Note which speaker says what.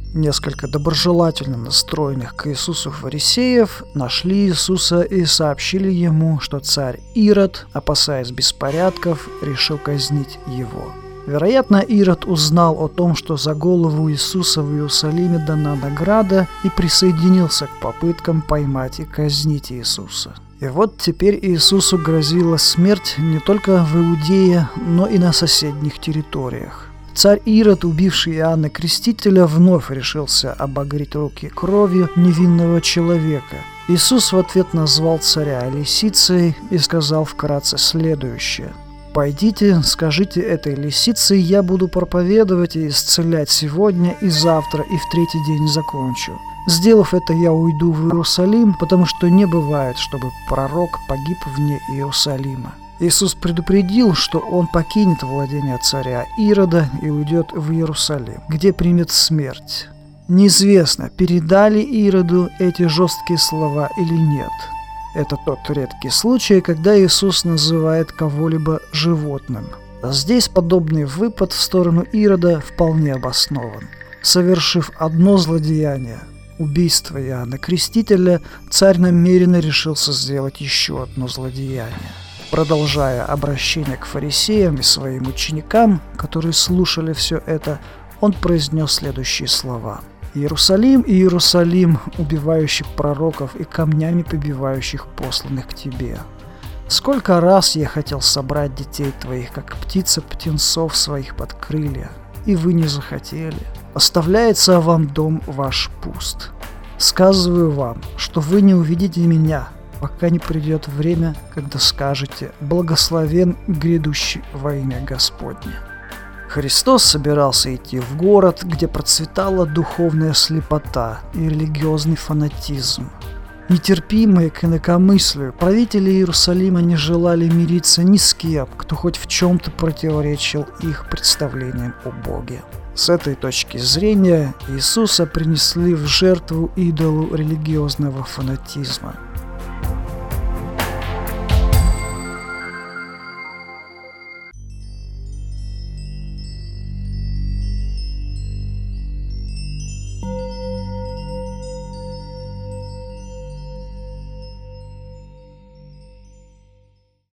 Speaker 1: Несколько доброжелательно настроенных к Иисусу фарисеев нашли Иисуса и сообщили ему, что царь Ирод, опасаясь беспорядков, решил казнить его. Вероятно, Ирод узнал о том, что за голову Иисуса в Иерусалиме дана награда, и присоединился к попыткам поймать и казнить Иисуса. И вот теперь Иисусу грозила смерть не только в Иудее, но и на соседних территориях. Царь Ирод, убивший Иоанна Крестителя, вновь решился обогреть руки кровью невинного человека. Иисус в ответ назвал царя лисицей и сказал вкратце следующее: «Пойдите, скажите этой лисице, я буду проповедовать и исцелять сегодня и завтра, и в третий день закончу. Сделав это, я уйду в Иерусалим, потому что не бывает, чтобы пророк погиб вне Иерусалима». Иисус предупредил, что он покинет владение царя Ирода и уйдет в Иерусалим, где примет смерть. Неизвестно, передали Ироду эти жесткие слова или нет. Это тот редкий случай, когда Иисус называет кого-либо животным. Здесь подобный выпад в сторону Ирода вполне обоснован. Совершив одно злодеяние – убийство Иоанна Крестителя, царь намеренно решился сделать еще одно злодеяние. Продолжая обращение к фарисеям и своим ученикам, которые слушали все это, он произнес следующие слова: «Иерусалим, Иерусалим, убивающий пророков и камнями побивающих посланных к тебе. Сколько раз я хотел собрать детей твоих, как птица птенцов своих под крылья, и вы не захотели. Оставляется вам дом ваш пуст. Сказываю вам, что вы не увидите меня, пока не придет время, когда скажете: благословен грядущий во имя Господне». Христос собирался идти в город, где процветала духовная слепота и религиозный фанатизм. Нетерпимые к инакомыслию, правители Иерусалима не желали мириться ни с кем, кто хоть в чем-то противоречил их представлениям о Боге. С этой точки зрения Иисуса принесли в жертву идолу религиозного фанатизма.